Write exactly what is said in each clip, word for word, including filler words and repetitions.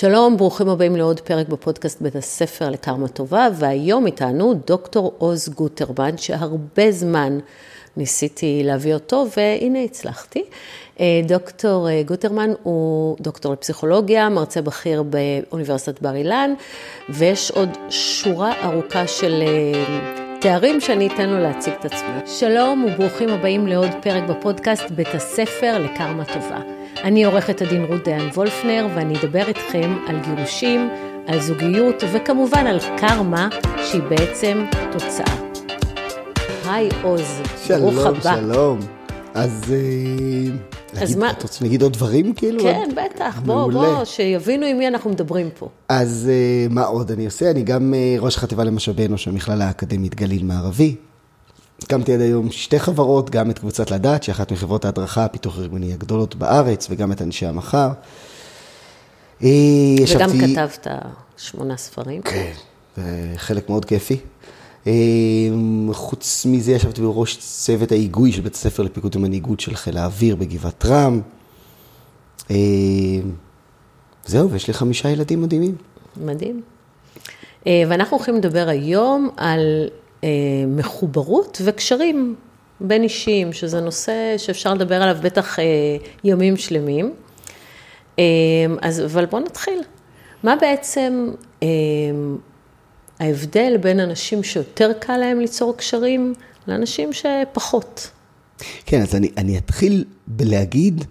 שלום, ברוכים הבאים לעוד פרק בפודקאסט בית הספר לקרמה טובה, והיום איתנו דוקטור עוז גוטרמן, שהרבה זמן ניסיתי להביא אותו, והנה הצלחתי. דוקטור גוטרמן הוא דוקטור לפסיכולוגיה, מרצה בכיר באוניברסיטת בר אילן, ויש עוד שורה ארוכה של תארים שאני אתן לו להציג את עצמו. שלום וברוכים הבאים לעוד פרק בפודקאסט בית הספר לקרמה טובה. אני עורכת הדין רות דיין וולפנר, ואני אדבר איתכם על גירושים, על זוגיות, וכמובן על קרמה, שהיא בעצם תוצאה. היי עוז, ברוך הבא. שלום, שלום. אז, אז מה? אתה רוצה להגיד עוד דברים כאילו? כן, בטח, בוא, בוא, שיבינו עם מי אנחנו מדברים פה. אז מה עוד אני עושה? אני גם ראש חטיבה למשאבי אנוש במכללה האקדמית גליל מערבי. הקמתי עד היום שתי חברות, גם את קבוצת לדעת, שאחת מחברות ההדרכה, פיתוח ארגוני הגדולות בארץ, וגם את אנשי המחר. וגם ישבתי... כתבת שמונה ספרים. כן, וחלק מאוד כיפי. חוץ מזה, ישבתי בראש צוות ההיגוי של בית הספר לפיקוד ומנהיגות של חיל האוויר בגבעת רם. זהו, ויש לי חמישה ילדים מדהימים. מדהים. ואנחנו הולכים לדבר היום על מחוברות וקשרים בין אישיים, שזה נושא שאפשר לדבר עליו בטח ימים שלמים. אז, אבל בואו נתחיל. מה בעצם ההבדל בין אנשים שיותר קל להם ליצור קשרים, לאנשים שפחות? כן, אז אני, אני אתחיל בלהגיד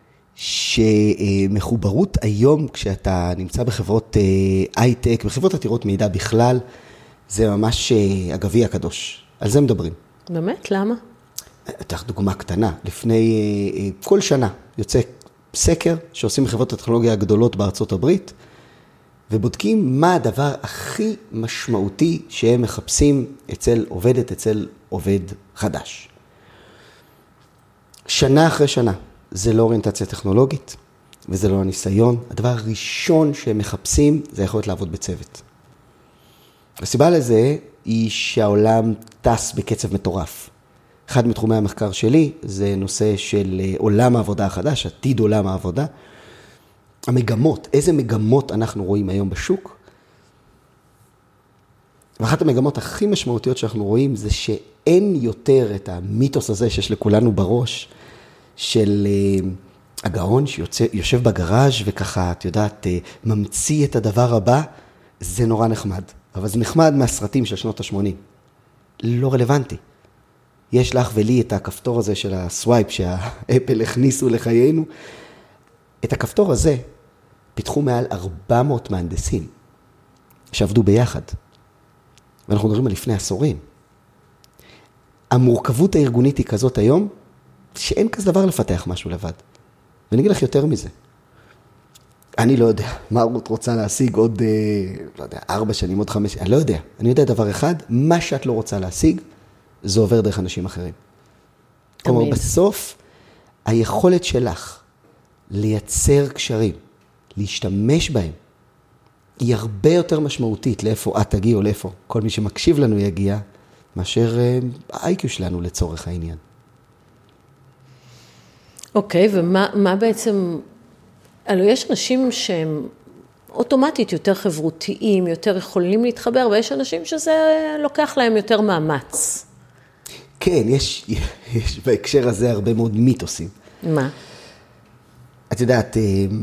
שמחוברות היום, כשאתה נמצא בחברות הייטק, בחברות עתירות מידע בכלל, זה ממש הגביע הקדוש. על זה מדברים. באמת? למה? אתן דוגמה קטנה. לפני כל שנה יוצא סקר שעושים בחברות הטכנולוגיה הגדולות בארצות הברית, ובודקים מה הדבר הכי משמעותי שהם מחפשים אצל עובדת, אצל עובד חדש. שנה אחרי שנה, זה לא אוריינטציה טכנולוגית, וזה לא הניסיון. הדבר הראשון שהם מחפשים, זה יכולת לעבוד בצוות. הסיבה לזה היא שהעולם טס בקצב מטורף. אחד מתחומי המחקר שלי זה נושא של עולם העבודה החדש, עתיד עולם העבודה. המגמות, איזה מגמות אנחנו רואים היום בשוק? ואחת המגמות הכי משמעותיות שאנחנו רואים זה שאין יותר את המיתוס הזה שיש לכולנו בראש, של הגאון שיושב בגראז' וככה, את יודעת, ממציא את הדבר הבא, זה נורא נחמד. אבל זה נחמד מהסרטים של שנות ה-שמונים. לא רלוונטי. יש לך ולי את הכפתור הזה של הסווייפ שהאפל הכניסו לחיינו. את הכפתור הזה פיתחו מעל ארבע מאות מהנדסים שעבדו ביחד. ואנחנו מדברים על לפני עשורים. המורכבות הארגונית היא כזאת היום, שאין כזה דבר לפתח משהו לבד. ואני אגיד לך יותר מזה. אני לא יודע מה רות רוצה להשיג עוד, לא יודע, ארבע שנים, עוד חמש, אני לא יודע. אני יודע דבר אחד, מה שאת לא רוצה להשיג, זה עובר דרך אנשים אחרים. כלומר, בסוף, היכולת שלך לייצר קשרים, להשתמש בהם, היא הרבה יותר משמעותית לאיפה את תגיע או לאיפה כל מי שמקשיב לנו יגיע, מאשר ה-איי קיו שלנו לצורך העניין. אוקיי, ומה מה בעצם... אלו יש אנשים שהם אוטומטית יותר חברותיים, יותר יכולים להתחבר, ויש אנשים שזה לוקח להם יותר מאמץ. כן, יש, יש בהקשר הזה הרבה מאוד מיתוסים. מה? את יודעת,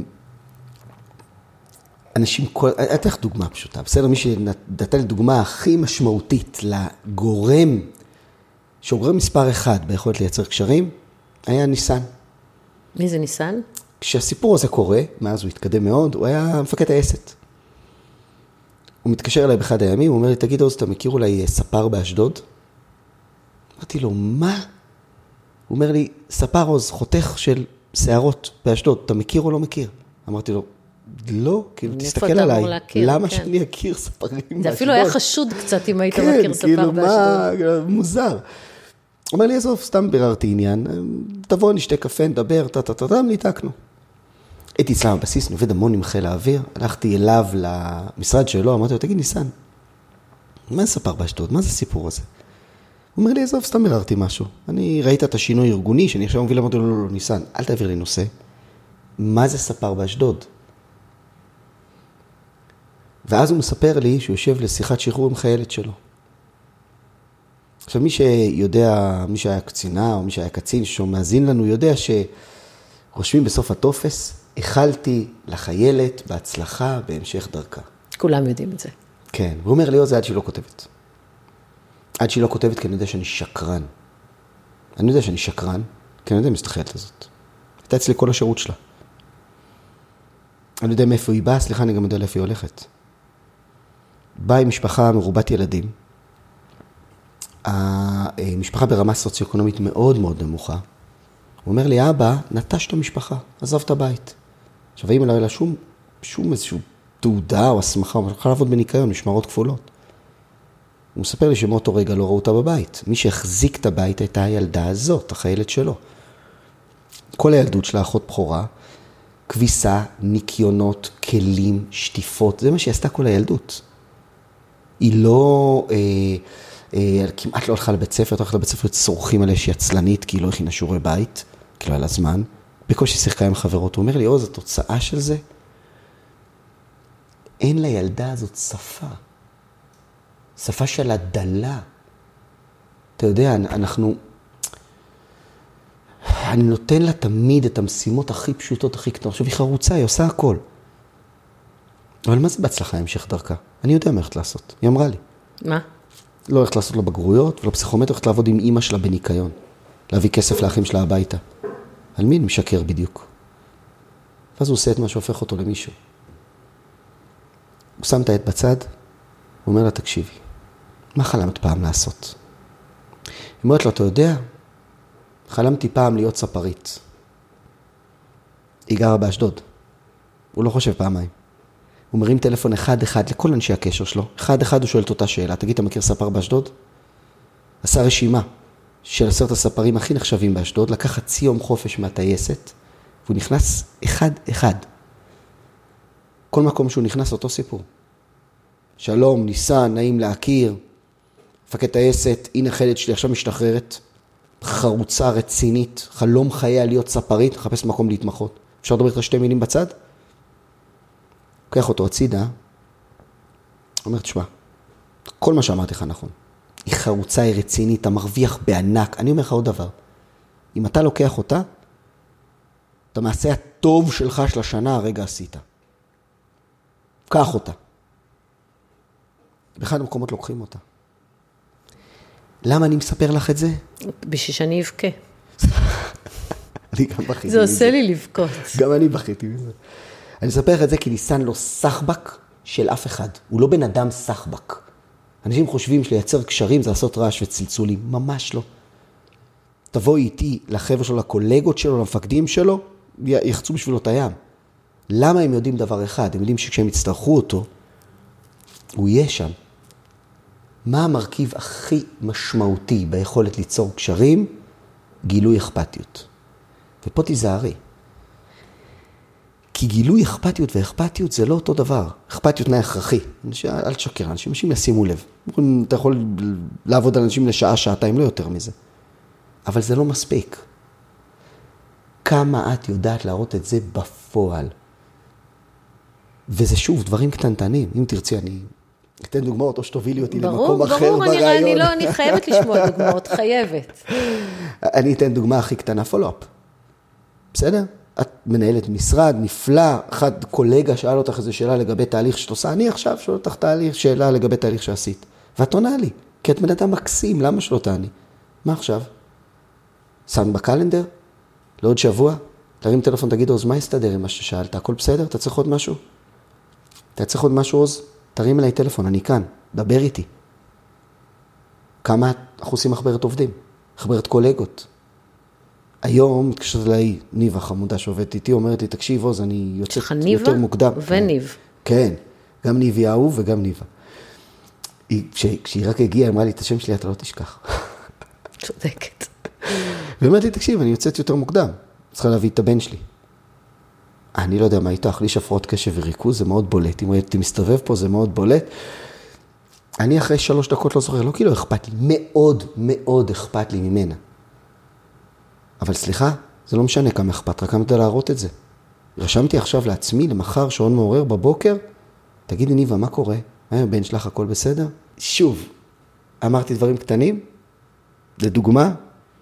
אנשים, את איך דוגמה פשוטה, בסדר? מי שנתן לי דוגמה הכי משמעותית לגורם, שגורם מספר אחד ביכולת לייצר קשרים, היה ניסן. מי זה ניסן? כשהסיפור הזה קורה, מאז הוא התקדם מאוד, הוא היה מפקד טייסת. הוא מתקשר אליי באחד הימים, הוא אומר לי, תגיד עוז, אתה מכיר אולי ספר באשדוד? אמרתי לו, מה? הוא אומר לי, ספר עוז, חותך של שערות באשדוד, אתה מכיר או לא מכיר? אמרתי לו, לא, כאילו תסתכל עליי, למה שאני אכיר ספרים באשדוד? זה אפילו היה חשוד קצת אם היית מכיר ספר באשדוד. כן, כאילו מה, מוזר. הוא אומר לי, עזוב, סתם ביררתי עניין, תבוא, נשתה קפה, נדבר, טטטטטם, ניתקנו. הייתי אצלם בבסיס, נובד המון עם חיל האוויר, הלכתי אליו למשרד שלו, אמרתי לו, תגיד ניסן, מה זה ספר באשדוד? מה זה הסיפור הזה? הוא אומר לי, עזוב, סתם ביררתי משהו. אני ראית את השינוי הארגוני, שאני עכשיו מוביל, אמרתי לו, לא, לא, ניסן, אל תעביר לי נושא. מה זה ספר באשדוד? ואז הוא מספר לי שהוא יושב לשיחת שחרור עם חיילת שלו. עכשיו, מי שיודע, מי שהיה קצינה או מי שהיה קצין שמאזין לנו, יודע שרושמים בסוף הטופס, החלתי לחיילת בהצלחה בהמשך דרכה. כולם יודעים את זה. כן, והוא אומר לי, זה עד שהיא לא כותבת. עד שהיא לא כותבת, כי אני יודע שאני שקרן. אני יודע שאני שקרן, כי אני יודע מי החיילת הזאת. הייתה אצלי כל השירות שלה. אני יודע מאיפה היא באה, סליחה, אני גם יודע לאיפה היא הולכת. באה עם משפחה מרובת ילדים. המשפחה ברמה סוציו-אקונומית מאוד מאוד נמוכה. הוא אומר לי, אבא, נטש את המשפחה, עזב את הבית. עכשיו, האמא לא היה לה שום, שום איזשהו תעודה או הסמכה, הוא הלכה לעבוד בניקיון, משמרות כפולות. הוא מספר לי שמאותו רגע לא ראו אותה בבית. מי שהחזיק את הבית הייתה הילדה הזאת, החיילת שלו. כל הילדות שלה, אחות בחורה, כביסה, ניקיונות, כלים, שטיפות, זה מה שהיא עשתה כל הילדות. היא לא, אה, אה, כמעט לא הלכה לבית ספר, הלכה לבית ספר צורכים עליה שהיא עצלנית, כי היא לא הכינה שיעורי בית, כי לא היה לה זמן. בקושי שיחקה עם חברות, הוא אומר לי, עוז, התוצאה של זה, אין לילדה הזאת שפה. שפה של הדלה. אתה יודע, אנחנו, אני נותן לה תמיד את המשימות הכי פשוטות, הכי קטנות. עכשיו היא חרוצה, היא עושה הכל. אבל מה זה בהצלחה המשך דרכה? אני יודע מה הולכת לעשות. היא אמרה לי. מה? לא הולכת לעשות לו בגרויות, ולא פסיכומטר, הולכת לעבוד עם אמא שלה בניקיון. להביא כסף לאחים שלה הביתה. על מי משקר בדיוק? ואז הוא עושה את מה שהופך אותו למישהו. הוא שם את העט בצד, הוא אומר לה, תקשיבי, מה חלמת פעם לעשות? היא אומרת לו, אתה יודע, חלמתי פעם להיות ספרית. היא גרה באשדוד. הוא לא חושב פעמיים. הוא מרים טלפון אחד אחד לכל אנשי הקשר שלו. אחד אחד הוא שואל את אותה שאלה. תגיד, אתה מכיר ספר באשדוד? עשה רשימה של עשרת הספרים הכי נחשבים באשדוד, לקח חצי יום חופש מהטייסת, והוא נכנס אחד אחד. כל מקום שהוא נכנס אותו סיפור. שלום, ניסן, נעים להכיר. מפקד טייסת, הנה חיילת שלי עכשיו משתחררת. חרוצה רצינית, חלום חייה להיות ספרית, מחפש מקום להתמחות. אפשר לדבר את שתי מילים בצד? לוקח אותו הצידה, אומר, תשמע, כל מה שאמרתי לך נכון. היא חרוצה, היא רצינית, אתה מרוויח בענק. אני אומר לך עוד דבר, אם אתה לוקח אותה, את המעשה הטוב שלך של השנה הרגע עשית. קח אותה. באחד המקומות לוקחים אותה. למה אני מספר לך את זה? בשביל שאני אבכה. אני גם בכיתי מזה. זה עושה לי לבכות. גם אני בכיתי מזה. אני מספר לך את זה כי ניסן לא סחבק של אף אחד. הוא לא בן אדם סחבק. אנשים חושבים שלייצר קשרים זה לעשות רעש וצלצולים. ממש לא. תבואי איתי לחבר'ה שלו, לקולגות שלו, למפקדים שלו, יחצו בשבילו את הים. למה הם יודעים דבר אחד? הם יודעים שכשהם יצטרכו אותו, הוא יהיה שם. מה המרכיב הכי משמעותי ביכולת ליצור קשרים? גילוי אכפתיות. ופה תיזהרי. כי גילוי אכפתיות ואכפתיות זה לא אותו דבר. אכפתיות תנאי הכרחי. אל תשקר, אנשים, אנשים ישימו לב. אתה יכול לעבוד על אנשים לשעה, שעתיים, לא יותר מזה. אבל זה לא מספיק. כמה את יודעת להראות את זה בפועל? וזה שוב, דברים קטנטנים. אם תרצי, אני אתן דוגמאות, או שתובילי אותי ברור, למקום ברור, אחר ברעיון. ברור, אני, לא, אני חייבת לשמוע דוגמאות, חייבת. אני אתן דוגמה הכי קטנה, פולו-אפ. בסדר? את מנהלת משרד, נפלא, אחד קולגה שאל אותך איזו שאלה לגבי תהליך שאת עושה, אני עכשיו שואל אותך תהליך, שאלה לגבי תהליך שעשית. ואת עונה לי, כי את בן אדם מקסים, למה שלא תעני? מה עכשיו? שם בקלנדר? לעוד שבוע? תרים טלפון, תגיד, עוז, מה יסתדר עם מה ששאלת? הכל בסדר? אתה צריך עוד משהו? אתה צריך עוד משהו, עוז? תרים אליי טלפון, אני כאן, דבר איתי. כמה אנחנו עושים מחברת עובדים? מחברת קולגות. היום מתקשרת אליי ניבה חמודה שעובדת איתי, אומרת לי, תקשיב עוז, אני יוצאת יותר מוקדם. וניב. כן, גם ניבי האהוב וגם ניבה. כשהיא רק הגיעה, אמרה לי, את השם שלי אתה לא תשכח. צודקת. ואומרת לי, תקשיב, אני יוצאת יותר מוקדם. צריכה להביא את הבן שלי. אני לא יודע מה איתך, לי יש הפרעות קשב וריכוז, זה מאוד בולט. אם הייתי מסתובב פה, זה מאוד בולט. אני אחרי שלוש דקות לא זוכר, לא כאילו אכפת לי, מאוד מאוד אכפת לי ממנה. אבל סליחה, זה לא משנה כמה אכפת, רק כמה אתה להראות את זה. רשמתי עכשיו לעצמי, למחר, שעון מעורר בבוקר, תגידי ניבה, מה קורה? בן שלך הכל בסדר? שוב, אמרתי דברים קטנים, לדוגמה,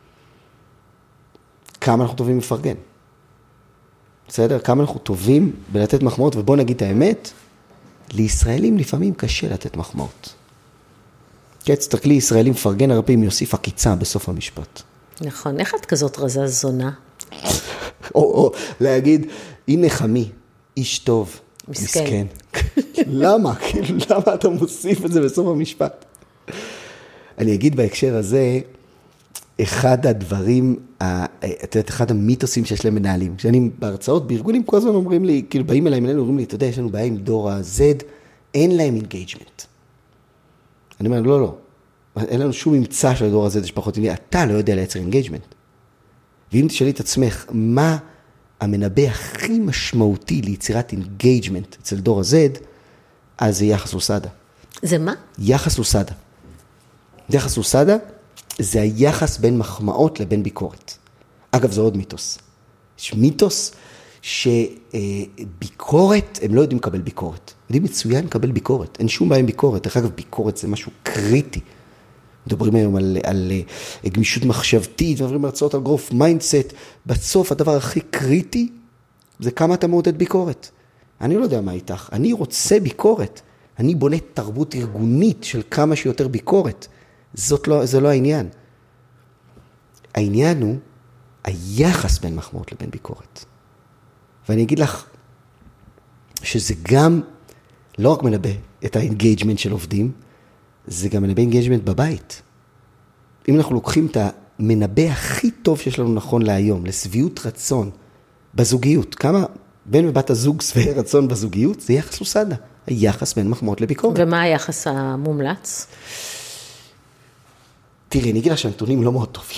כמה אנחנו טובים מפרגן. בסדר? כמה אנחנו טובים בלתת מחמאות, ובוא נגיד את האמת, לישראלים לפעמים קשה לתת מחמאות. כי תסתכלי, ישראלים מפרגן הרבה פעמים יוסיף עקיצה בסוף המשפט. נכון, איך את כזאת רזה זונה? או, או להגיד, הנה חמי, איש טוב. מסכן. למה? כאילו, למה אתה מוסיף את זה בסוף המשפט? אני אגיד בהקשר הזה, אחד הדברים, את יודעת, אחד המיתוסים שיש להם מנהלים, כשאני בהרצאות, בארגונים, כל הזמן אומרים לי, כאילו באים אליי מנהלים, אומרים לי, אתה יודע, יש לנו בעיה עם דור ה-Z, אין להם אינגייג'מנט. אני אומר, לא, לא, אין לנו שום ממצא של הדור ה-Z, יש פחות עם לי, אתה לא יודע לייצר אינגייג'מנט. ואם תשאלי את עצמך, מה המנבא הכי משמעותי ליצירת אינגייג'מנט אצל דור ה-Z, אז זה יחס לוסדה. זה מה? יחס לוסדה. יחס לוסדה, זה היחס בין מחמאות לבין ביקורת. אגב, זה עוד מיתוס. יש מיתוס שביקורת, הם לא יודעים לקבל ביקורת. יודעים מצוין לקבל ביקורת. אין שום בעיה עם ביקורת. דרך אגב, ביקורת זה משהו קריטי. מדברים היום על, על גמישות מחשבתית, מדברים הרצאות על גרוף מיינדסט. בסוף, הדבר הכי קריטי, זה כמה אתה מעודד ביקורת. אני לא יודע מה איתך. אני רוצה ביקורת. אני בונה תרבות ארגונית של כמה שיותר ביקורת. זאת לא, זה לא העניין. העניין הוא היחס בין מחמאות לבין ביקורת. ואני אגיד לך שזה גם לא רק מנבא את האינגייג'מנט של עובדים, זה גם מנבא אינגייג'מנט בבית. אם אנחנו לוקחים את המנבא הכי טוב שיש לנו נכון להיום, לסביעות רצון בזוגיות, כמה בן ובת הזוג שבעי רצון בזוגיות, זה יחס לוסדה. היחס בין מחמאות לביקורת. ומה היחס המומלץ? תראי, אני אגיד לך שהנתונים לא מאוד טובים.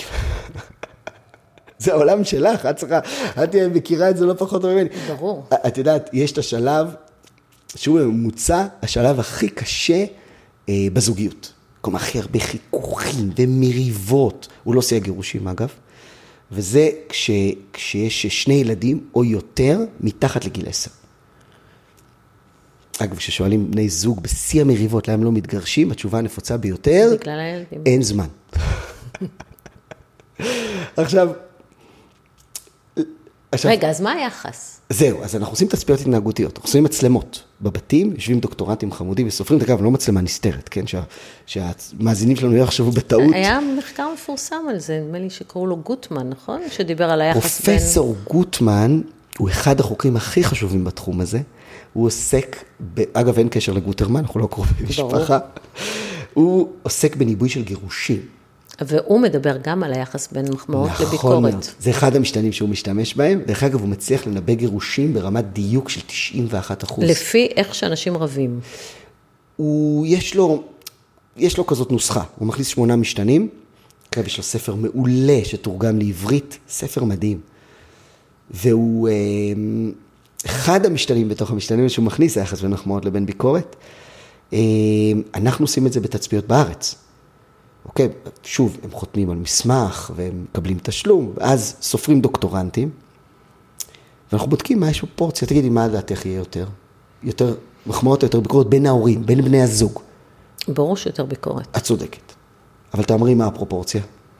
זה העולם שלך, את צריכה, את מכירה את זה לא פחות ממני. ברור. את יודעת, יש את השלב שהוא ממוצע, השלב הכי קשה אה, בזוגיות. כלומר, הכי הרבה חיכוכים ומריבות. הוא לא עושה גירושים, אגב. וזה כש, כשיש שני ילדים או יותר מתחת לגיל עשר. אגב, כששואלים בני זוג בשיא המריבות, להם לא מתגרשים, התשובה הנפוצה ביותר, בגלל הילדים. אין זמן. עכשיו, רגע, אז מה היחס? זהו, אז אנחנו עושים תצפיות התנהגותיות, אנחנו עושים מצלמות בבתים, יושבים דוקטורנטים חמודים וסופרים, אגב, לא מצלמה נסתרת, כן, שהמאזינים שלנו לא יחשבו בטעות. היה מחקר מפורסם על זה, נדמה לי שקראו לו גוטמן, נכון? שדיבר על היחס בין... פרופסור גוטמן הוא אחד החוקרים הכי חשובים בתחום הזה, הוא עוסק, אגב, אין קשר לגוטרמן, אנחנו לא קרובי משפחה, הוא עוסק בניבוי של גירושים. והוא מדבר גם על היחס בין מחמאות לביקורת. נכון מאוד. זה אחד המשתנים שהוא משתמש בהם. דרך אגב, הוא מצליח לנבא גירושים ברמת דיוק של תשעים ואחד אחוז. לפי איך שאנשים רבים. הוא, יש לו, יש לו כזאת נוסחה. הוא מכניס שמונה משתנים. אגב, יש לו ספר מעולה שתורגם לעברית. ספר מדהים. והוא, אחד המשתנים בתוך המשתנים שהוא מכניס, היחס בין מחמאות לבין ביקורת. אנחנו עושים את זה בתצפיות בארץ. אוקיי, שוב, הם חותמים על מסמך, והם מקבלים תשלום, ואז סופרים דוקטורנטים, ואנחנו בודקים מה יש בפורציה, תגידי, מה דעתך יהיה יותר? יותר מחמאות או יותר ביקורת בין ההורים, בין בני הזוג? ברור שיותר ביקורת. את צודקת. אבל תאמרי מה הפרופורציה?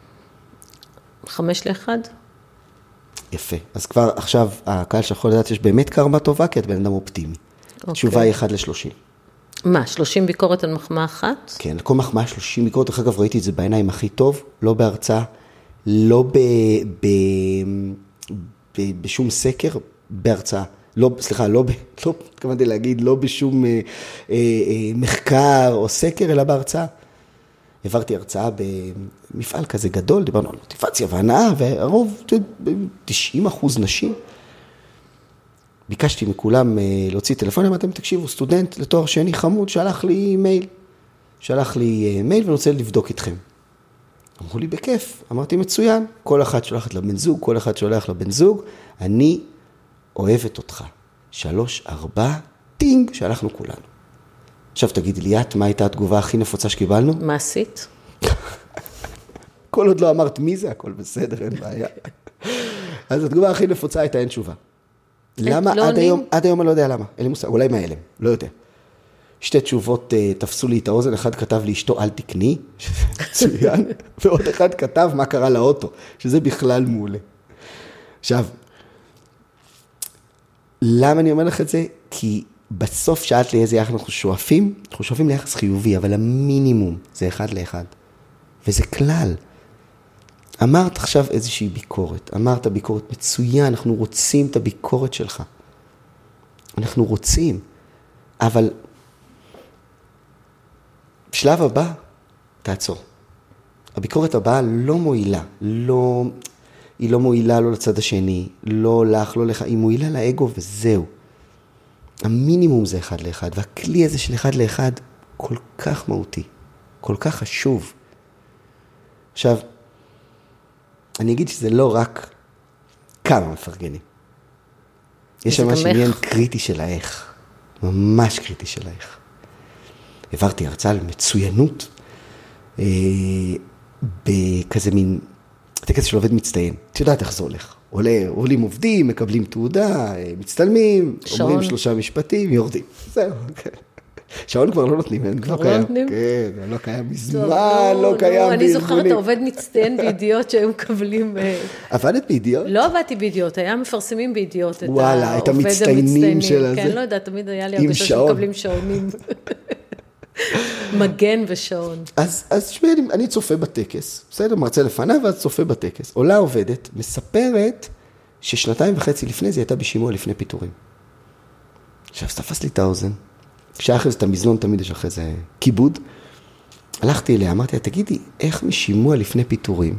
חמש לאחד? יפה. אז כבר עכשיו, הקהל שיכול לדעת שיש באמת קרמה טובה, כי את בן אדם אופטימי. אוקיי. תשובה היא אחד לשלושים. מה, שלושים ביקורת על מחמאה אחת? כן, לכל מחמאה שלושים ביקורת, דרך אגב ראיתי את זה בעיניים הכי טוב, לא בהרצאה, לא ב, ב, ב, בשום סקר, בהרצאה. לא, סליחה, לא, לא, כמובן להגיד, לא בשום אה, אה, מחקר או סקר, אלא בהרצאה. העברתי הרצאה במפעל כזה גדול, דיברנו על מוטיבציה והנאה, והרוב תשעים אחוז נשים. ביקשתי מכולם להוציא טלפון, אמרתם, תקשיבו, סטודנט לתואר שני חמוד, שלח לי מייל. שלח לי מייל ואני רוצה לבדוק איתכם. אמרו לי, בכיף. אמרתי, מצוין. כל אחת שולחת לבן זוג, כל אחד שולח לבן זוג. אני אוהבת אותך. שלוש, ארבע, טינג, שלחנו כולנו. עכשיו תגידי לי, את, מה הייתה התגובה הכי נפוצה שקיבלנו? מה עשית? כל עוד לא אמרת מי זה, הכל בסדר, אין בעיה. אז התגובה הכי נפוצה הייתה אין תשובה. למה? עד היום, עד היום אני לא יודע למה. אין לי מושג, אולי מהאלם, לא יודע. שתי תשובות תפסו לי את האוזן, אחד כתב לי אשתו אל תקני, שזה מצוין, ועוד אחד כתב מה קרה לאוטו, שזה בכלל מעולה. עכשיו, למה אני אומר לך את זה? כי בסוף שאלת לי איזה יחס אנחנו שואפים, אנחנו שואפים ליחס חיובי, אבל המינימום זה אחד לאחד. וזה כלל. אמרת עכשיו איזושהי ביקורת, אמרת ביקורת מצוין, אנחנו רוצים את הביקורת שלך. אנחנו רוצים, אבל בשלב הבא, תעצור. הביקורת הבאה לא מועילה, לא, היא לא מועילה לא לצד השני, לא לך, לא לך, היא מועילה לאגו וזהו. המינימום זה אחד לאחד, והכלי הזה של אחד לאחד כל כך מהותי, כל כך חשוב. עכשיו, אני אגיד שזה לא רק כמה מפרגנים. יש שם משהו עניין קריטי של האיך, ממש קריטי של האיך. העברתי הרצאה על מצוינות, אה, בכזה מין, טקס של עובד מצטיין. את יודעת איך זה הולך. עולה, עולים עובדים, מקבלים תעודה, מצטלמים, שעון. אומרים שלושה משפטים, יורדים. זהו, כן. שעון כבר לא נותנים, כבר לא קיים. נותנים? כן, לא קיים מזמן, לא, לא קיים בארגונים. אני זוכרת, העובד מצטיין בידיעות שהיו מקבלים... עבדת בידיעות? לא עבדתי בידיעות, היה מפרסמים בידיעות את וואלה, את המצטיינים של הזה. כן, לא יודעת, תמיד היה לי הרגשה שמקבלים שעונים. מגן ושעון. אז, אז שמי, אני, אני צופה בטקס, בסדר, מרצה לפניו, ואז צופה בטקס. עולה עובדת, מספרת ששנתיים וחצי לפני זה הייתה בשימוע לפני פיטורים. עכשיו, תפס לי את האוזן. כשאחרי זה את המזנון, תמיד יש אחרי זה כיבוד. הלכתי אליה, אמרתי, תגידי, איך משימוע לפני פיטורים?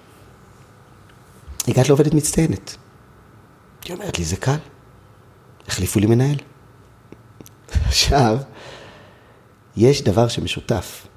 הגעת לעובדת מצטיינת. היא אומרת לי, זה קל. החליפו לי מנהל. עכשיו, יש דבר שמשותף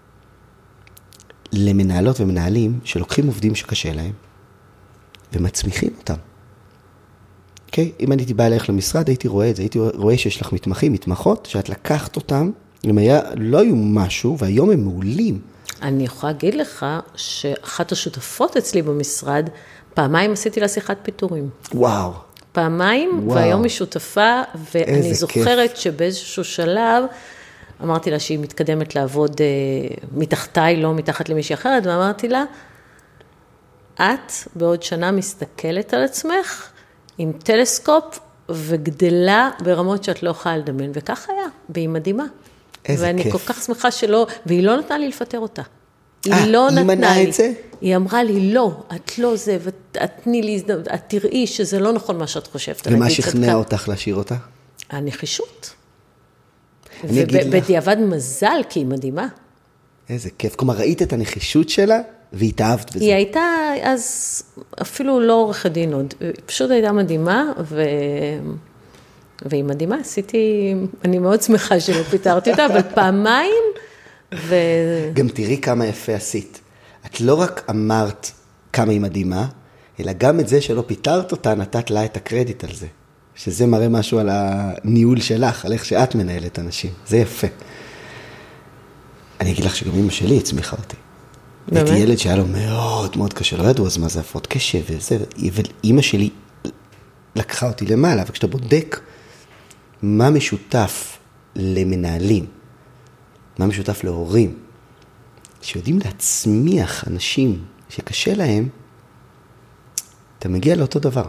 למנהלות ומנהלים שלוקחים עובדים שקשה להם ומצמיחים אותם. אוקיי? אם אני הייתי בא אליך למשרד, הייתי רואה את זה, הייתי רואה שיש לך מתמחים, מתמחות, שאת לקחת אותם, אם היה, לא היו משהו, והיום הם מעולים. אני יכולה להגיד לך שאחת השותפות אצלי במשרד, פעמיים עשיתי לה שיחת פיטורים. וואו. פעמיים, וואו. והיום היא שותפה, ואני זוכרת כיף. שבאיזשהו שלב, אמרתי לה שהיא מתקדמת לעבוד מתחתיי, לא מתחת למישהי אחרת, ואמרתי לה, את בעוד שנה מסתכלת על עצמך, עם טלסקופ, וגדלה ברמות שאת לא יכולה לדמיין, וכך היה, והיא מדהימה. איזה ואני כיף. כל כך שמחה שלא, והיא לא נתנה לי לפטר אותה. היא 아, לא היא נתנה לי. את זה? היא אמרה לי, לא, את לא זה, ואת תני לי, את תראי שזה לא נכון מה שאת חושבת. ומה שכנע אותך להשאיר אותה? הנחישות. ובדיעבד מזל, כי היא מדהימה. איזה כיף. כלומר, ראית את הנחישות שלה, והתאהבת בזה. היא הייתה אז אפילו לא עורכת דין עוד, היא פשוט הייתה מדהימה, ו... והיא מדהימה, עשיתי, אני מאוד שמחה שלא פיתרתי אותה, אבל פעמיים, ו... גם תראי כמה יפה עשית. את לא רק אמרת כמה היא מדהימה, אלא גם את זה שלא פיתרת אותה, נתת לה את הקרדיט על זה. שזה מראה משהו על הניהול שלך, על איך שאת מנהלת אנשים. זה יפה. אני אגיד לך שגם אמא שלי הצמיחה אותי. הייתי ילד שהיה לו מאוד מאוד קשה, לא ידעו אז מה זה הפרעות קשב וזה, אבל אמא שלי לקחה אותי למעלה, וכשאתה בודק מה משותף למנהלים, מה משותף להורים, שיודעים להצמיח אנשים שקשה להם, אתה מגיע לאותו דבר.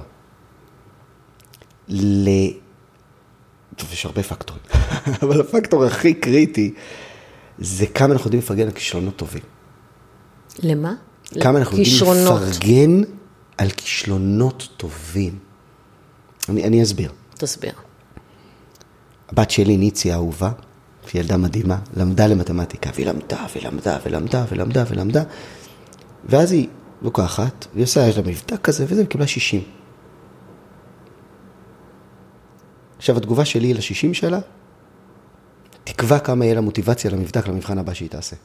ל... טוב, יש הרבה פקטורים, אבל הפקטור הכי קריטי זה כמה אנחנו יודעים לפרגן על כישלונות טובים. למה? כמה אנחנו יודעים לפרגן על כישלונות טובים. אני, אני אסביר. תסביר. הבת שלי, ניצי האהובה, שהיא ילדה מדהימה, למדה למתמטיקה, והיא למדה ולמדה ולמדה ולמדה ולמדה, ואז היא לוקחת, והיא עושה, יש לה מבדק כזה, וזה, וקיבלה שישים. עכשיו, התגובה שלי ל-שישים שלה, תקווה כמה יהיה לה מוטיבציה למבדק, למבחן הבא שהיא תעשה.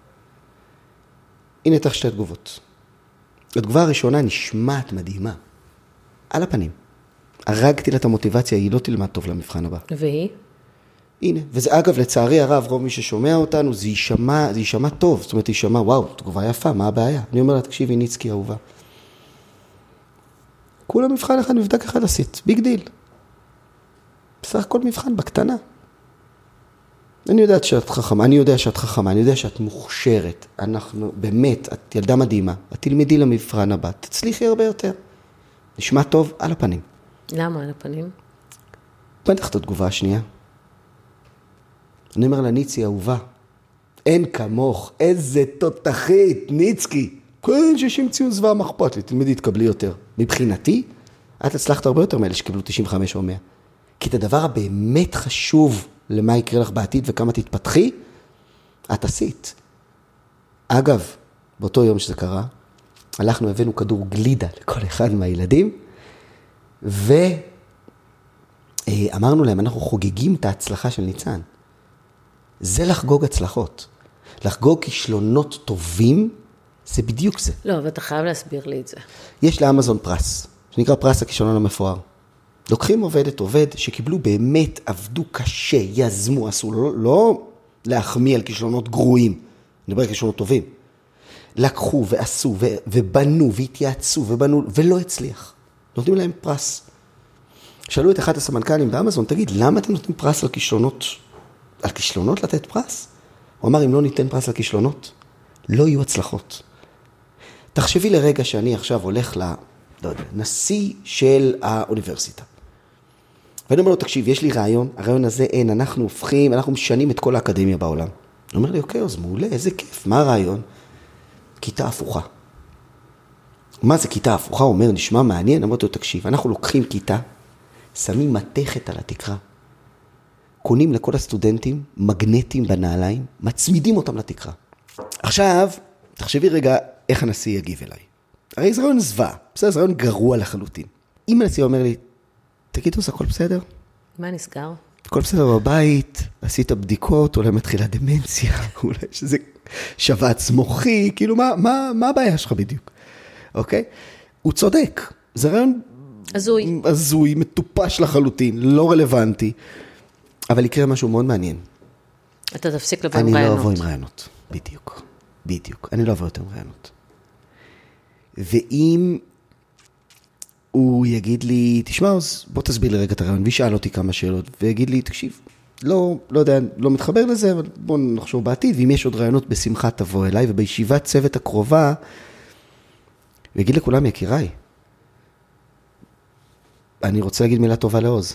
הנה תך שתי תגובות. התגובה הראשונה נשמעת מדהימה. על הפנים. הרגתי לה את המוטיבציה, היא לא תלמד טוב למבחן הבא. והיא? הנה, וזה אגב, לצערי הרב, רוב מי ששומע אותנו, זה יישמע, זה יישמע טוב. זאת אומרת, יישמע, וואו, תגובה יפה, מה הבעיה? אני אומר לה, תקשיבי, ניצקי אהובה. כולה מבחן אחד, מבדק אחד עשית. ביג דיל. בסך הכל מבחן, בקטנה. אני יודעת שאת חכמה, אני יודע שאת חכמה, אני יודע שאת מוכשרת. אנחנו, באמת, את ילדה מדהימה. את תלמדי למבחן הבא, תצליחי הרבה יותר. נשמע טוב על הפנים. למה על הפנים? בטח את התגובה השנייה. אני אומר לה, ניצי, אהובה, אין כמוך, איזה תותחית, ניצקי. כן, שישים ציון זווה מחפות לי, תלמדי, תקבלי יותר. מבחינתי, את הצלחת הרבה יותר מאלה שקיבלו תשעים וחמש או מאה. כי את הדבר הבאמת חשוב למה יקרה לך בעתיד וכמה תתפתחי, את עשית. אגב, באותו יום שזה קרה, הלכנו, הבאנו כדור גלידה לכל אחד מהילדים, ואמרנו להם, אנחנו חוגגים את ההצלחה של ניצן. זה לחגוג הצלחות. לחגוג כישלונות טובים, זה בדיוק זה. לא, אבל אתה חייב להסביר לי את זה. יש לאמזון פרס, שנקרא פרס הכישלון המפואר. לוקחים עובדת עובד שקיבלו באמת, עבדו קשה, יזמו, עשו, לא, לא להחמיא על כישלונות גרועים, אני מדבר על כישלונות טובים. לקחו ועשו ו, ובנו והתייעצו ובנו, ולא הצליח. נותנים להם פרס. שאלו את אחד הסמנכ"לים באמזון, תגיד, למה אתם נותנים פרס על כישלונות? על כישלונות לתת פרס? הוא אמר, אם לא ניתן פרס על כישלונות, לא יהיו הצלחות. תחשבי לרגע שאני עכשיו הולך ל... לא יודע, נשיא של האוניברסיטה. ואני אומר לו, תקשיב, יש לי רעיון, הרעיון הזה אין, אנחנו הופכים, אנחנו משנים את כל האקדמיה בעולם. הוא אומר לי, אוקיי, אז מעולה, איזה כיף, מה הרעיון? כיתה הפוכה. מה זה כיתה הפוכה? הוא אומר, נשמע מעניין, אמרתי לו, תקשיב, אנחנו לוקחים כיתה, שמים מתכת על התקרה, קונים לכל הסטודנטים מגנטים בנעליים, מצמידים אותם לתקרה. עכשיו, תחשבי רגע איך הנשיא יגיב אליי. הרי זה רעיון זווה, בסדר, זה רעיון גרוע לחלוטין. אם הנשיא אומר לי, תגיד, עושה הכל בסדר? מה נסגר? הכל בסדר בבית, עשית בדיקות, אולי מתחילה דמנציה, אולי שזה שבץ מוחי, כאילו מה, מה, מה הבעיה שלך בדיוק? אוקיי? הוא צודק, זה רעיון הזוי. הזוי, מטופש לחלוטין, לא רלוונטי, אבל יקרה משהו מאוד מעניין. אתה תפסיק לבוא עם רעיונות. אני לא אבוא עם רעיונות, בדיוק, בדיוק, אני לא אבוא יותר עם רעיונות. ואם הוא יגיד לי, תשמע, אז בוא תסביר לי רגע את הרעיון, וישאל אותי כמה שאלות, ויגיד לי, תקשיב, לא, לא יודע, לא מתחבר לזה, אבל בוא נחשוב בעתיד, ואם יש עוד רעיונות בשמחה תבוא אליי, ובישיבת צוות הקרובה, ויגיד לכולם, יקיריי, אני רוצה להגיד מילה טובה לעוז.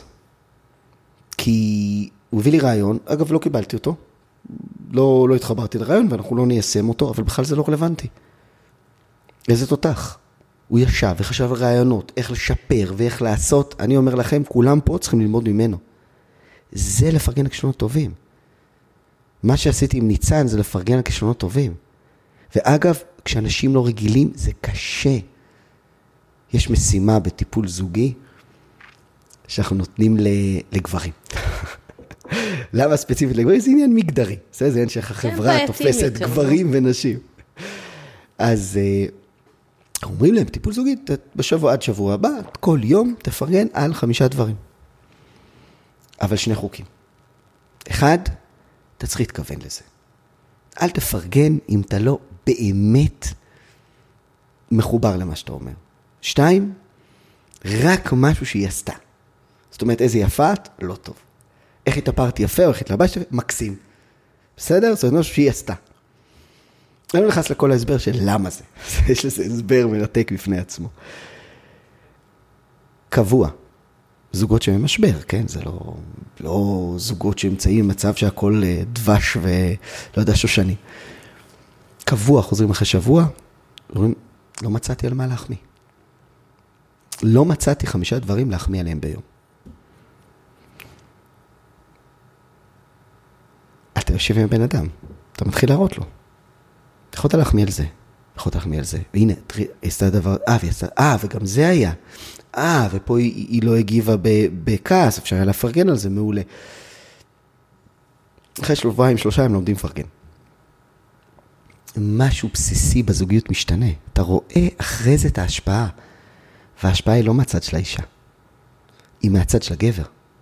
כי הוא הביא לי רעיון, אגב, לא קיבלתי אותו, לא, לא התחברתי לרעיון, ואנחנו לא ניישם אותו, אבל בכלל זה לא רלוונטי. איזה תותח. הוא ישב וחשב רעיונות, איך לשפר ואיך לעשות. אני אומר לכם, כולם פה צריכים ללמוד ממנו. זה לפרגן הכישלונות טובים. מה שעשיתי עם ניצן זה לפרגן הכישלונות טובים. ואגב, כשאנשים לא רגילים, זה קשה. יש משימה בטיפול זוגי, שאנחנו נותנים לגברים. למה ספציפית לגברים? זה עניין מגדרי. זה עניין שאיך החברה תופסת גברים ונשים. אז אומרים להם, טיפול זוגי, בשבוע עד שבוע הבא, כל יום תפרגן על חמישה דברים. אבל שני חוקים. אחד, אתה צריך להתכוון לזה. אל תפרגן אם אתה לא באמת מחובר למה שאתה אומר. שתיים, רק משהו שהיא עשתה. זאת אומרת, איזה יפה את? לא טוב. איך התאפרתי יפה או איך התלבשת? מקסים. בסדר? זאת אומרת, משהו שהיא עשתה. אני לא נכנס לכל ההסבר של למה זה. יש לזה הסבר מנתק בפני עצמו. קבוע. זוגות שבמשבר, כן? זה לא, לא זוגות שנמצאים במצב שהכל דבש ולא יודע שושני. קבוע, חוזרים אחרי שבוע, אומרים, לא מצאתי על מה להחמיא. לא מצאתי חמישה דברים להחמיא עליהם ביום. אתה יושב עם בן אדם, אתה מתחיל להראות לו. יכולת להחמיא על זה, יכולת להחמיא על זה. והנה, תראי, עשתה דבר, אה, ועשתה, אה, וגם זה היה. אה, ופה היא, היא לא הגיבה בכעס, אפשר היה לפרגן על זה, מעולה. אחרי שלושה, שלושה הם לומדים לפרגן. משהו בסיסי בזוגיות משתנה. אתה רואה אחרי זה את ההשפעה, וההשפעה היא לא מהצד של האישה, היא מהצד של הגבר.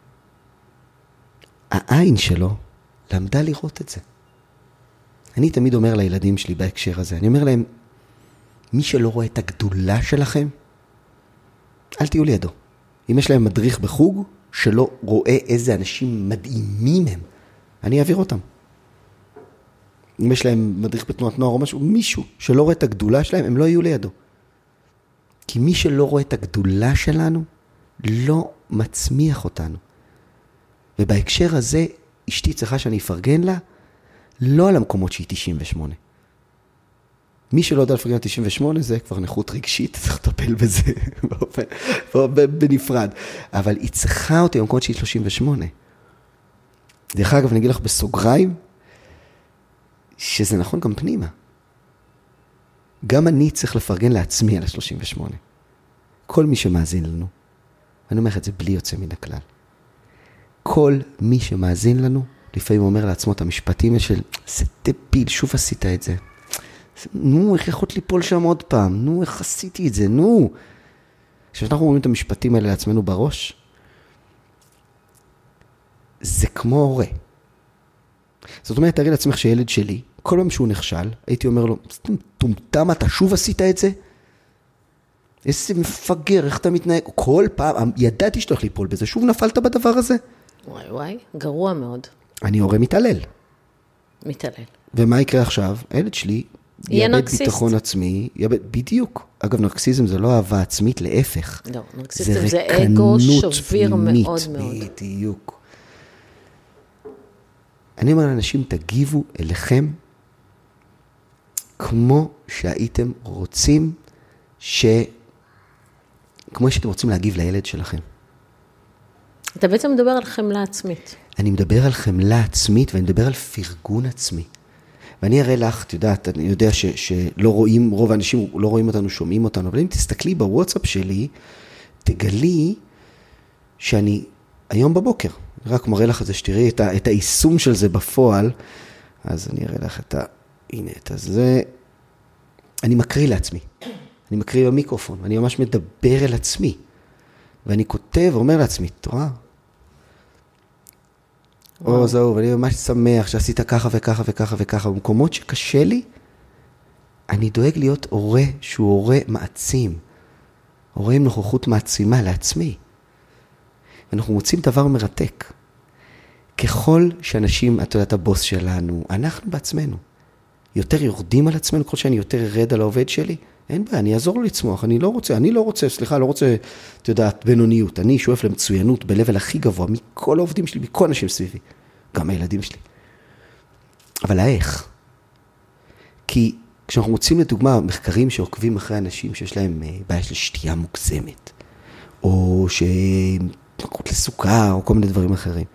העין שלו למדה לראות את זה. אני תמיד אומר לילדים שלי בהקשר הזה, אני אומר להם, מי שלא רואה את הגדולה שלכם, אל תהיו לידו. אם יש להם מדריך בחוג, שלא רואה איזה אנשים מדהימים הם, אני אעביר אותם. אם יש להם מדריך בתנועת נוער או משהו, מישהו שלא רואה את הגדולה שלהם, הם לא יהיו לידו. כי מי שלא רואה את הגדולה שלנו, לא מצמיח אותנו. ובהקשר הזה, אשתי צריכה שאני אפרגן לה, לא על המקומות שהיא תשעים ושמונה. מי שלא יודע לפרגן על תשעים ושמונה, זה כבר נכות רגשית, צריך לטפל בזה באופן, בנפרד. אבל היא צריכה אותי במקומות שהיא שלושים ושמונה. דרך אגב, אני אגיד לך בסוגריים, שזה נכון גם פנימה. גם אני צריך לפרגן לעצמי על ה-שלושים ושמונה. כל מי שמאזין לנו, אני אומר את זה בלי יוצא מן הכלל. כל מי שמאזין לנו, לפעמים אומר לעצמו את המשפטים של, זה דביל, שוב עשית את זה. נו, איך יכולת ליפול שם עוד פעם? נו, איך עשיתי את זה? נו. כשאנחנו אומרים את המשפטים האלה לעצמנו בראש, זה כמו הורה. זאת אומרת, תראי לעצמך שילד שלי, כל פעם שהוא נכשל, הייתי אומר לו, טומטם, אתה שוב עשית את זה? איזה מפגר, איך אתה מתנהג? כל פעם, ידעתי שאתה הולך ליפול בזה, שוב נפלת בדבר הזה? וואי וואי, גרוע מאוד. אני הורה מתעלל. מתעלל. ומה יקרה עכשיו? הילד שלי יאבד ביטחון עצמי, יאבד, בדיוק. אגב, נרקסיזם זה לא אהבה עצמית, להפך. לא, נרקסיזם זה אגו שביר מאוד מאוד. בדיוק. אני אומר לאנשים, תגיבו אליכם כמו שהייתם רוצים, ש... כמו שאתם רוצים להגיב לילד שלכם. אתה בעצם מדבר על חמלה עצמית. אני מדבר על חמלה עצמית, ואני מדבר על פרגון עצמי. ואני אראה לך, את יודעת, אני יודע ש, שלא רואים, רוב האנשים לא רואים אותנו, שומעים אותנו, אבל אם תסתכלי בוואטסאפ שלי, תגלי שאני היום בבוקר, רק מראה לך את זה, שתראי את, ה, את היישום של זה בפועל, אז אני אראה לך את ה... הנה, את זה... אני מקריא לעצמי. אני מקריא במיקרופון, ואני ממש מדבר אל עצמי. ואני כותב, אומר לעצמי, תראה, או זהו, ואני ממש שמח שעשית ככה וככה וככה וככה. במקומות שקשה לי, אני דואג להיות הורה שהוא הורה מעצים. הורה עם נוכחות מעצימה לעצמי. ואנחנו מוצאים דבר מרתק. ככל שאנשים, אתה יודעת, הבוס שלנו, אנחנו בעצמנו, יותר יורדים על עצמנו, ככל שאני יותר ירד על העובד שלי, אין בעיה, אני אעזור לו לצמוח, אני לא רוצה, אני לא רוצה, סליחה, לא רוצה, אתה יודעת, בינוניות, אני שואף למצוינות בלבל הכי גבוה, מכל העובדים שלי, מכל אנשים סביבי, גם הילדים שלי. אבל האיך? כי כשאנחנו מוצאים לדוגמה מחקרים שעוקבים אחרי אנשים שיש להם בעיה של שתייה מוגזמת, או שנקרות לסוכר, או כל מיני דברים אחרים.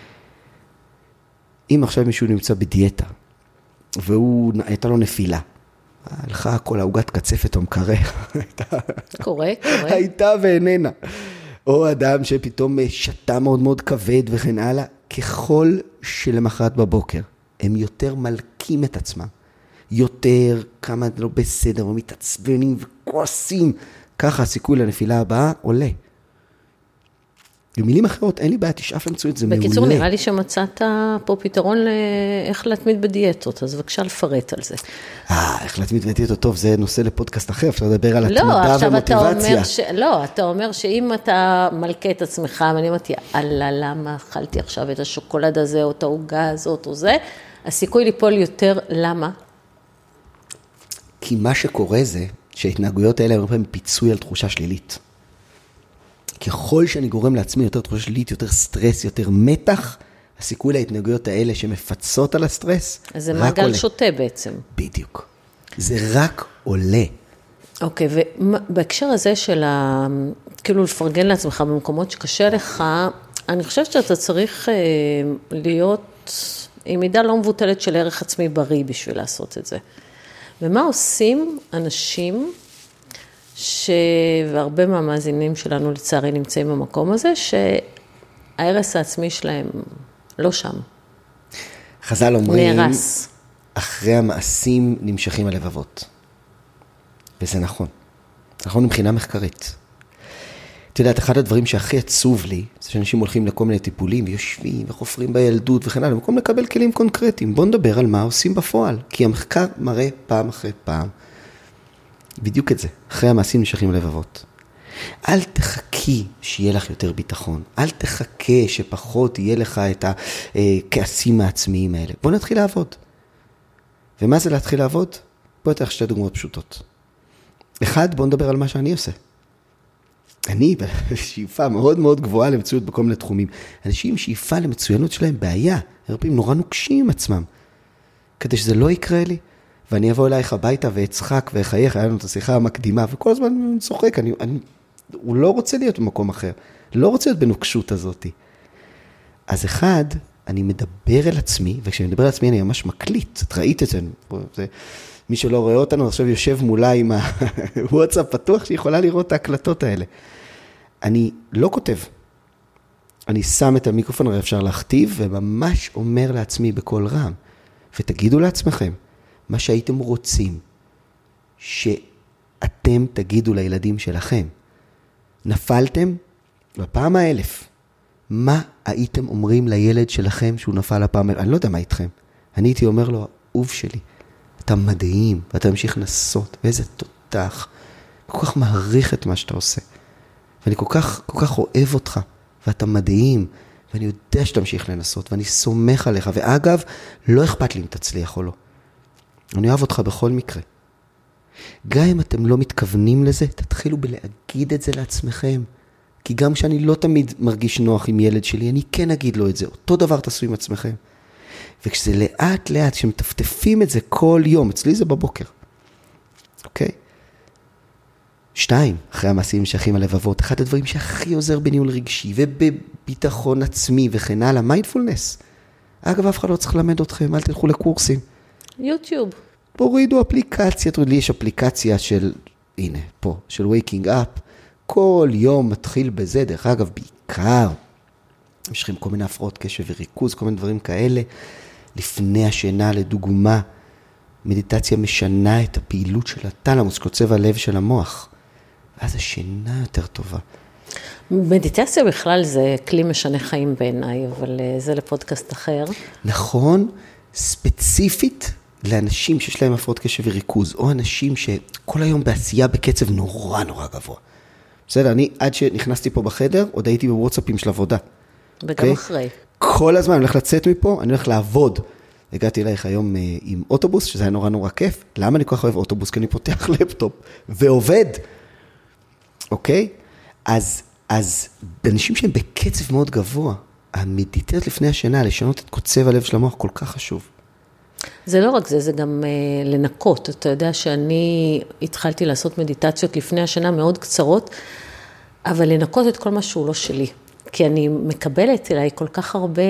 אם עכשיו מישהו נמצא בדיאטה, והוא, הייתה לו נפילה, הלכה כל העוגת קצפת או מקרה. קורה, קורה. הייתה ואיננה. או אדם שפתאום שתה מאוד מאוד כבד וכן הלאה, ככל שלמחרת בבוקר, הם יותר מלקים את עצמם. יותר כמה לא בסדר, או מתעצבנים וכועסים. ככה הסיכוי לנפילה הבאה עולה. במילים אחרות, אין לי בעיה, תשאף למצוא את זה מעולה. בקיצור, נראה לי שמצאת פה פתרון לאיך להתמיד בדיאטות, אז בבקשה לפרט על זה. אה, איך להתמיד בדיאטות, טוב, זה נושא לפודקאסט אחר, אפשר לדבר על התמדה ומוטיבציה. לא, עכשיו אתה אומר ש... לא, אתה אומר שאם אתה מלכה את עצמך, ואני אמרתי, אללה, למה אכלתי עכשיו את השוקולד הזה, או את העוגה הזאת, או זה, הסיכוי ליפול יותר, למה? כי מה שקורה זה, שההתנהגויות האלה הם פיצוי על תחושה שלילית. ככל שאני גורם לעצמי יותר תחושה שלילית, יותר סטרס, יותר מתח, הסיכוי להתנהגויות האלה שמפצות על הסטרס, אז זה מעגל שוטה בעצם. בדיוק. זה רק עולה. אוקיי, ובהקשר הזה של ה... כאילו לפרגן לעצמך במקומות שקשה לך, אני חושבת שאתה צריך להיות עם מידה לא מבוטלת של ערך עצמי בריא בשביל לעשות את זה. ומה עושים אנשים... ש... והרבה מהמאזינים שלנו לצערי נמצאים במקום הזה, שהערס העצמי שלהם לא שם. חז"ל אומרים, נהרס. אחרי המעשים נמשכים הלבבות. וזה נכון. נכון מבחינה מחקרית. אתה יודעת, אחד הדברים שהכי עצוב לי, זה שאנשים הולכים לכל מיני טיפולים, ויושבים וחופרים בילדות וכן הלאה, במקום לקבל כלים קונקרטיים. בואו נדבר על מה עושים בפועל. כי המחקר מראה פעם אחרי פעם, בדיוק את זה, אחרי המעשים נמשכים לבבות. אל תחכי שיהיה לך יותר ביטחון. אל תחכה שפחות יהיה לך את הכעסים העצמיים האלה. בוא נתחיל לעבוד. ומה זה להתחיל לעבוד? בוא נתחיל שתי דוגמאות פשוטות. אחד, בוא נדבר על מה שאני עושה. אני בשאיפה מאוד מאוד גבוהה למצויות בכל מיני תחומים. אנשים שאיפה למצוינות שלהם בעיה. הרבה נורא נוקשים עם עצמם. כדי שזה לא יקרה לי. ואני אבוא אלייך הביתה ואצחק ואחייך, היה לנו את השיחה המקדימה, וכל הזמן אני צוחק, אני, אני, הוא לא רוצה להיות במקום אחר, לא רוצה להיות בנוקשות הזאת. אז אחד, אני מדבר אל עצמי, וכשאני מדבר אל עצמי אני ממש מקליט, את ראית את זה, זה מי שלא רואה אותנו עכשיו יושב מולה עם הוואטסאפ פתוח, שיכולה לראות את ההקלטות האלה. אני לא כותב, אני שם את המיקרופון, הרי אפשר להכתיב, וממש אומר לעצמי בכל רם, ותגידו לעצמכם, מה שהייתם רוצים, שאתם תגידו לילדים שלכם. נפלתם בפעם האלף. מה הייתם אומרים לילד שלכם שהוא נפל הפעם האלף? אני לא יודע מה איתכם. אני הייתי אומר לו, אהוב שלי, אתה מדהים, ואתה ממשיך לנסות, ואיזה תותח. כל כך מעריך את מה שאתה עושה. ואני כל כך, כל כך אוהב אותך, ואתה מדהים, ואני יודע שאתה ממשיך לנסות, ואני סומך עליך, ואגב, לא אכפת לי אם תצליח או לא. אני אוהב אותך בכל מקרה. גם אם אתם לא מתכוונים לזה, תתחילו בלהגיד את זה לעצמכם. כי גם כשאני לא תמיד מרגיש נוח עם ילד שלי, אני כן אגיד לו את זה. אותו דבר תעשו עם עצמכם. וכשזה לאט לאט, כשמטפטפים את זה כל יום, אצלי זה בבוקר. אוקיי? שתיים, אחרי המעשים שייכים הלבבות, אחד הדברים שהכי עוזר בניהול רגשי ובביטחון עצמי וכן הלאה, מיינדפולנס. אגב, אף אחד לא צריך ללמד אתכם, אל תלכו לקורסים. יוטיוב. תורידו אפליקציה, לי יש אפליקציה של, הנה, פה, של Waking Up, כל יום מתחיל בזה, דרך אגב, בעיקר, יש לכם כל מיני הפרעות קשב וריכוז, כל מיני דברים כאלה, לפני השינה, לדוגמה, מדיטציה משנה את הפעילות של התלמוס, קוצב הלב של המוח, ואז השינה יותר טובה. מדיטציה בכלל זה כלי משנה חיים בעיניי, אבל זה לפודקאסט אחר. נכון, ספציפית לאנשים שיש להם הפרעות קשב וריכוז, או אנשים שכל היום בעשייה בקצב נורא נורא גבוה. בסדר, אני עד שנכנסתי פה בחדר, עוד הייתי בוואטסאפים של עבודה. וגם okay? אחרי. כל הזמן אני הולך לצאת מפה, אני הולך לעבוד. הגעתי אלייך היום עם אוטובוס, שזה היה נורא נורא כיף. למה אני כל כך אוהב אוטובוס? כי אני פותח לפטופ ועובד. אוקיי? אז, אז אנשים שהם בקצב מאוד גבוה, המדיטציות לפני השינה, לשנות את קוצב הלב של המוח, כל כך חשוב. זה לא רק זה, זה גם uh, לנקות. אתה יודע שאני התחלתי לעשות מדיטציות לפני השינה מאוד קצרות, אבל לנקות את כל מה שהוא לא שלי. כי אני מקבלת אליי כל כך הרבה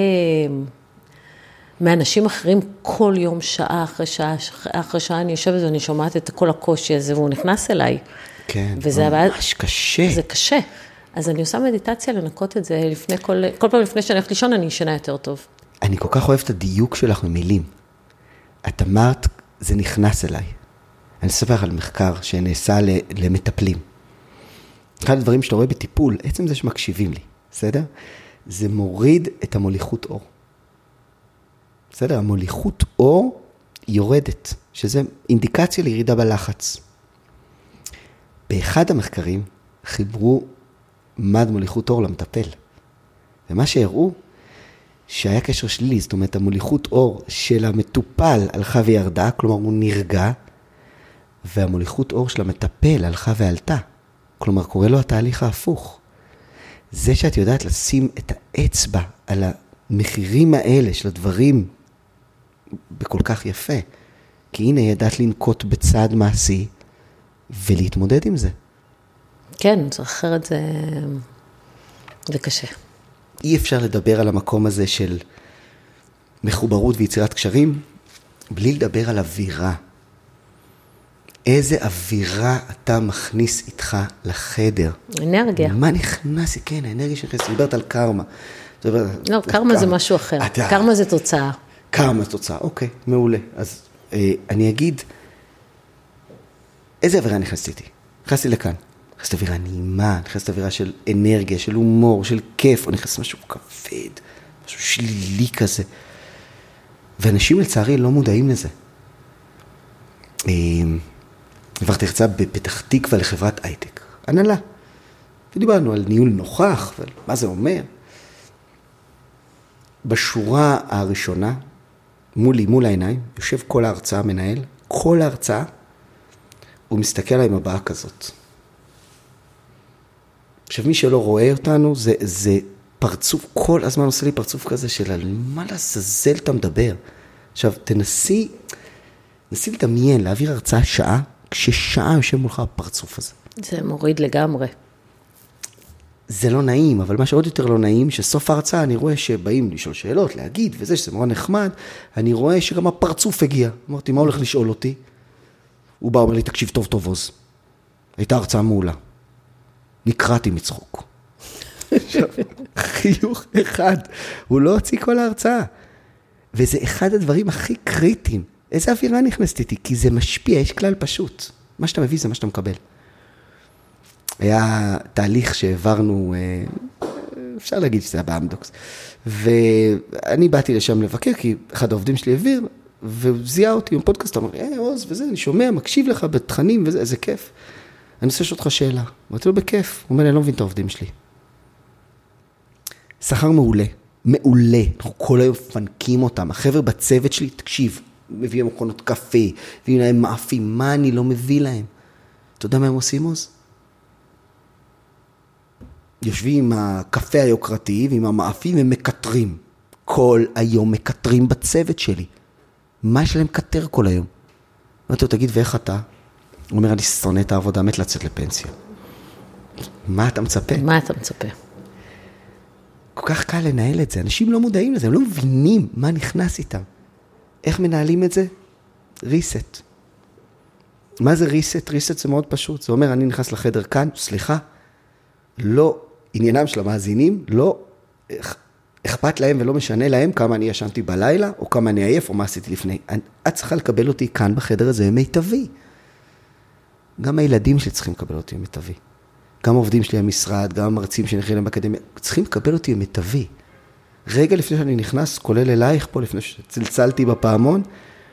מאנשים אחרים כל יום, שעה אחרי שעה, אחרי שעה אני יושבת ואני שומעת את כל הקושי הזה, והוא נכנס אליי. כן, וזה ממש הבא... קשה. זה קשה. אז אני עושה מדיטציה לנקות את זה לפני כל, כל פעם לפני שאני הולכת לישון, אני ישנה יותר טוב. אני כל כך אוהב את הדיוק שלך במילים. את אמרת, זה נכנס אליי. אני אספר על מחקר שנעשה למטפלים. אחד הדברים שאתה רואה בטיפול, עצם זה שמקשיבים לי, בסדר? זה מוריד את המוליכות אור. בסדר? המוליכות אור יורדת, שזה אינדיקציה לירידה בלחץ. באחד המחקרים חיברו מד מוליכות אור למטפל. ומה שהראו, שהיה קשר שלילי, זאת אומרת, המוליכות אור של המטופל הלכה וירדה, כלומר הוא נרגע, והמוליכות אור של המטפל הלכה ועלתה. כלומר, קורא לו התהליך ההפוך. זה שאת יודעת לשים את האצבע על המחירים האלה של הדברים בכל כך יפה. כי הנה ידעת לנקוט בצעד מעשי ולהתמודד עם זה. כן, זה אחרת זה, זה קשה. אי אפשר לדבר על המקום הזה של מחוברות ויצירת קשרים, בלי לדבר על אווירה. איזה אווירה אתה מכניס איתך לחדר? אנרגיה. מה נכנס? כן, האנרגיה שנכנס, דיברת על קרמה. לא, קרמה זה משהו אחר. קרמה זה תוצאה. קרמה זה תוצאה, אוקיי, מעולה. אז אה, אני אגיד, איזה אווירה נכנסתי? נכנסתי לכאן. נכנסת אווירה נעימה, נכנסת אווירה של אנרגיה, של הומור, של כיף, או נכנס משהו כבד, משהו שלילי כזה. ואנשים לצערי לא מודעים לזה. עברתי הרצאה בפתח תקווה לחברת הייטק. הנהלה. ודיברנו על ניהול נוכח, ומה זה אומר. בשורה הראשונה, מולי, מול העיניים, יושב כל ההרצאה מנהל, כל ההרצאה, הוא מסתכל עליי עם הבעה כזאת. עכשיו, מי שלא רואה אותנו, זה, זה פרצוף, כל הזמן עושה לי פרצוף כזה של על מה לעזאזל אתה מדבר. עכשיו, תנסי, תנסי לדמיין, להעביר הרצאה שעה, כששעה יושב מולך הפרצוף הזה. זה מוריד לגמרי. זה לא נעים, אבל מה שעוד יותר לא נעים, שסוף ההרצאה אני רואה שבאים לשאול שאלות, להגיד, וזה שזה מאוד נחמד, אני רואה שגם הפרצוף הגיע. אמרתי, מה הולך לשאול אותי? הוא בא, אומר לי, תקשיב טוב טוב עוז. הייתה הרצאה מעולה. נקראתי מצחוק. חיוך אחד. הוא לא הוציא כל ההרצאה. וזה אחד הדברים הכי קריטיים. איזה אווירה נכנסת איתי? כי זה משפיע, יש כלל פשוט. מה שאתה מביא זה מה שאתה מקבל. היה תהליך שהעברנו, אפשר להגיד שזה היה באמדוקס, ואני באתי לשם לבקר, כי אחד העובדים שלי העביר, וזיהה אותי עם פודקאסט, אמר, אה, עוז, וזה, אני שומע, מקשיב לך בתכנים, וזה, איזה כיף. אני רוצה לשאול אותך שאלה. אמרתי לו, בכיף. הוא אומר לי, אני לא מבין את העובדים שלי. שכר מעולה, מעולה. אנחנו כל היום פנקים אותם. החבר'ה בצוות שלי, תקשיב, מביאים מכונות קפה, מביאים להם מאפים, מה אני לא מביא להם? אתה יודע מה הם עושים, עוז? יושבים עם הקפה היוקרתי ועם המאפים ומקטרים. כל היום מקטרים בצוות שלי. מה יש להם קטר כל היום? אמרתי לו, תגיד, ואיך אתה? הוא אומר, אני שונא את העבודה, מת לצאת לפנסיה. מה אתה מצפה? מה אתה מצפה? כל כך קל לנהל את זה. אנשים לא מודעים לזה, הם לא מבינים מה נכנס איתם. איך מנהלים את זה? ריסט. מה זה ריסט? ריסט זה מאוד פשוט. זה אומר, אני נכנס לחדר כאן, סליחה, לא, עניינם של המאזינים, לא אכפת להם ולא משנה להם כמה אני ישנתי בלילה, או כמה אני עייף, או מה עשיתי לפני. את צריכה לקבל אותי כאן בחדר הזה, מיטבי. גם הילדים שלי צריכים לקבל אותי מיטבי. גם העובדים שלי במשרד, גם המרצים שנכנסים להם באקדמיה, צריכים לקבל אותי מיטבי. רגע לפני שאני נכנס, כולל אלייך פה, לפני שצלצלתי בפעמון,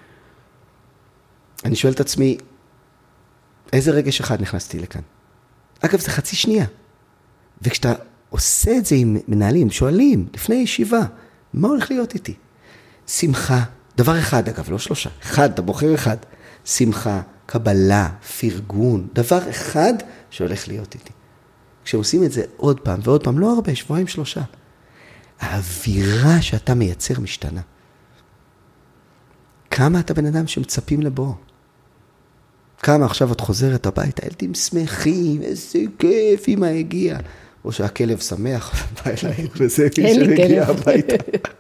אני שואל את עצמי, איזה רגש אחד נכנסתי לכאן? אגב, זה חצי שנייה. וכשאתה עושה את זה עם מנהלים, שואלים, לפני ישיבה, מה הולך להיות איתי? שמחה, דבר אחד אגב, לא שלושה, אחד, אתה בוחר אחד, שמחה, קבלה, פרגון, דבר אחד שהולך להיות איתי. כשעושים את זה עוד פעם ועוד פעם, לא הרבה, שבועיים, שלושה, האווירה שאתה מייצר משתנה. כמה אתה בן אדם שמצפים לבוא? כמה עכשיו את חוזרת הביתה, הילדים שמחים, איזה כיף, אמא הגיעה. או שהכלב שמח, בא אליי, וזה מי שמגיע הביתה.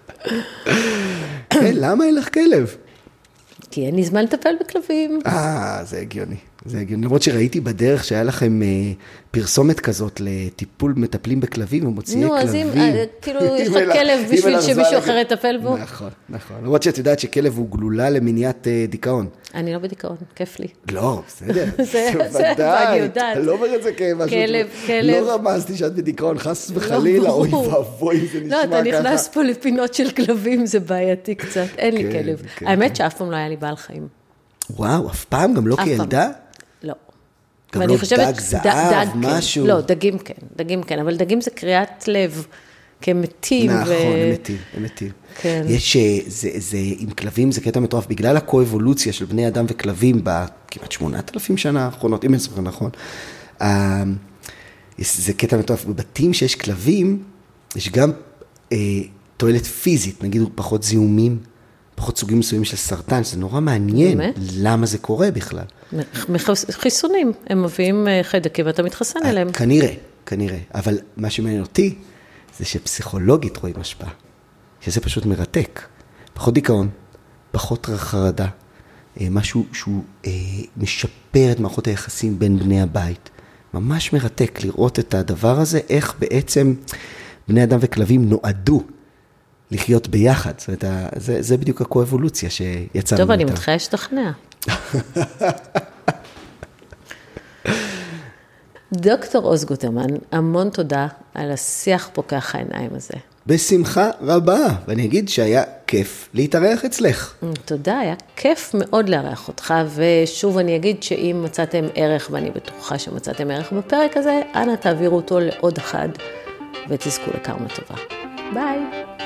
למה אין לך כלב? כי אין לי זמן לטפל בכלבים. אה, זה הגיוני. זה הגיוני. למרות שראיתי בדרך שהיה לכם פרסומת כזאת לטיפול מטפלים בכלבים ומוציאי כלבים. נו, אז אם, כאילו, יש לך כלב בשביל שמישהו אחר יטפל בו? נכון, נכון. למרות שאת יודעת שכלב הוא גלולה למניעת דיכאון. אני לא בדיכאון, כיף לי. לא, בסדר. זה, אני יודעת. אני לא אומר את זה כמשהו. כלב, כלב. לא רמזתי שאת בדיכאון, חס וחלילה, אוי ואבוי, זה נשמע ככה. לא, אתה נכנס פה לפינות של כלבים, זה בעייתי קצת. אין לי כלב. האמת שאף פעם לא היה לי בעל חיים. וואו, אף פעם? גם לא כילדה? לא. גם לא דג זהב, משהו? לא, דגים כן, דגים כן, אבל דגים זה קריאת לב, כמתים. נכון, הם מתים, הם מתים. יש, זה, עם כלבים זה קטע מטורף, בגלל הקואבולוציה של בני אדם וכלבים, בכמעט שמונת אלפים שנה האחרונות, אם אני זוכר נכון, זה קטע מטורף, בבתים שיש כלבים, יש גם תועלת פיזית, נגיד פחות זיהומים, פחות סוגים מסוימים של סרטן, שזה נורא מעניין למה זה קורה בכלל. חיסונים, הם מביאים חיידקים ואתה מתחסן אליהם. כנראה, כנראה. אבל מה שמעניין אותי, זה שפסיכולוגית רואים השפעה. שזה פשוט מרתק. פחות דיכאון, פחות חרדה, משהו שהוא משפר את מערכות היחסים בין בני הבית. ממש מרתק לראות את הדבר הזה, איך בעצם בני אדם וכלבים נועדו לחיות ביחד. זאת אומרת, זה, זה בדיוק הקואבולוציה שיצרנו. טוב, אני מתחילה להשתכנע. דוקטור עוז גוטרמן, המון תודה על השיח פוקח העיניים הזה. בשמחה רבה, ואני אגיד שהיה כיף להתארח אצלך. תודה, היה כיף מאוד לארח אותך, ושוב אני אגיד שאם מצאתם ערך, ואני בטוחה שמצאתם ערך בפרק הזה, אנא תעבירו אותו לעוד אחד, ותזכו לקרמה טובה. ביי.